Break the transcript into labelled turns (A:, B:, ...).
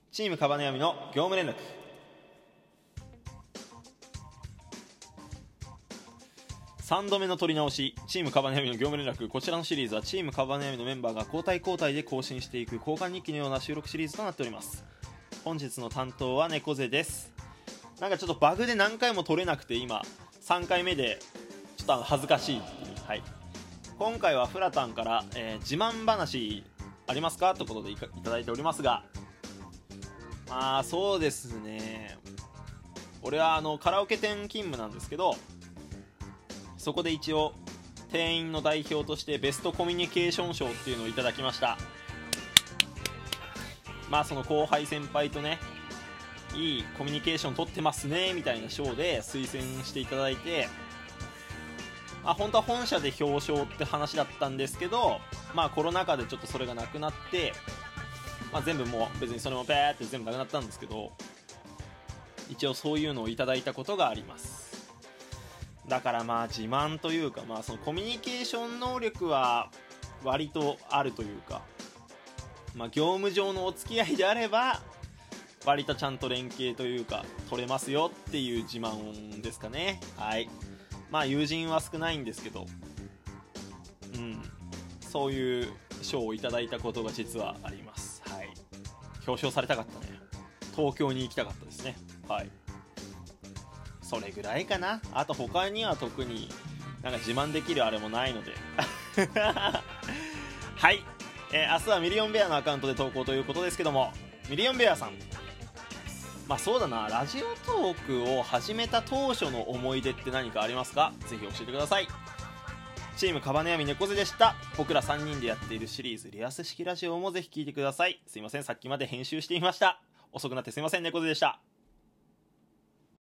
A: チームカバネヤミの業務連絡。3度目の取り直し、チームカバネヤミの業務連絡。こちらのシリーズはチームカバネヤミのメンバーが交代交代で更新していく交換日記のような収録シリーズとなっております。本日の担当は猫背です。なんかちょっとバグで何回も取れなくて、今3回目でちょっと恥ずかしいっていう、はい、今回はフラタンから、自慢話ありますかということでいただいておりますが、まあそうですね、俺はカラオケ店勤務なんですけど、そこで一応店員の代表としてベストコミュニケーション賞っていうのをいただきました。まあその後輩先輩とね、いいコミュニケーション取ってますねみたいな賞で推薦していただいて、本当は本社で表彰って話だったんですけど、コロナ禍でちょっとそれがなくなって、全部もう別にそれもペーって全部なくなったんですけど、一応そういうのをいただいたことがあります。だから自慢というか、そのコミュニケーション能力は割とあるというか、業務上のお付き合いであれば割とちゃんと連携というか取れますよっていう自慢ですかね。はい。友人は少ないんですけど、そういう賞をいただいたことが実はあります。はい。表彰されたかったね。東京に行きたかったですね。はい。それぐらいかな。あと他には特になんか自慢できるあれもないのではい、明日はミリオンベアのアカウントで投稿ということですけども、ミリオンベアさん、そうだな、ラジオトークを始めた当初の思い出って何かありますか？ぜひ教えてください。チームカバネヤミ猫背でした。僕ら3人でやっているシリーズリアス式ラジオもぜひ聞いてください。すいません、さっきまで編集していました。遅くなってすいません、猫背でした。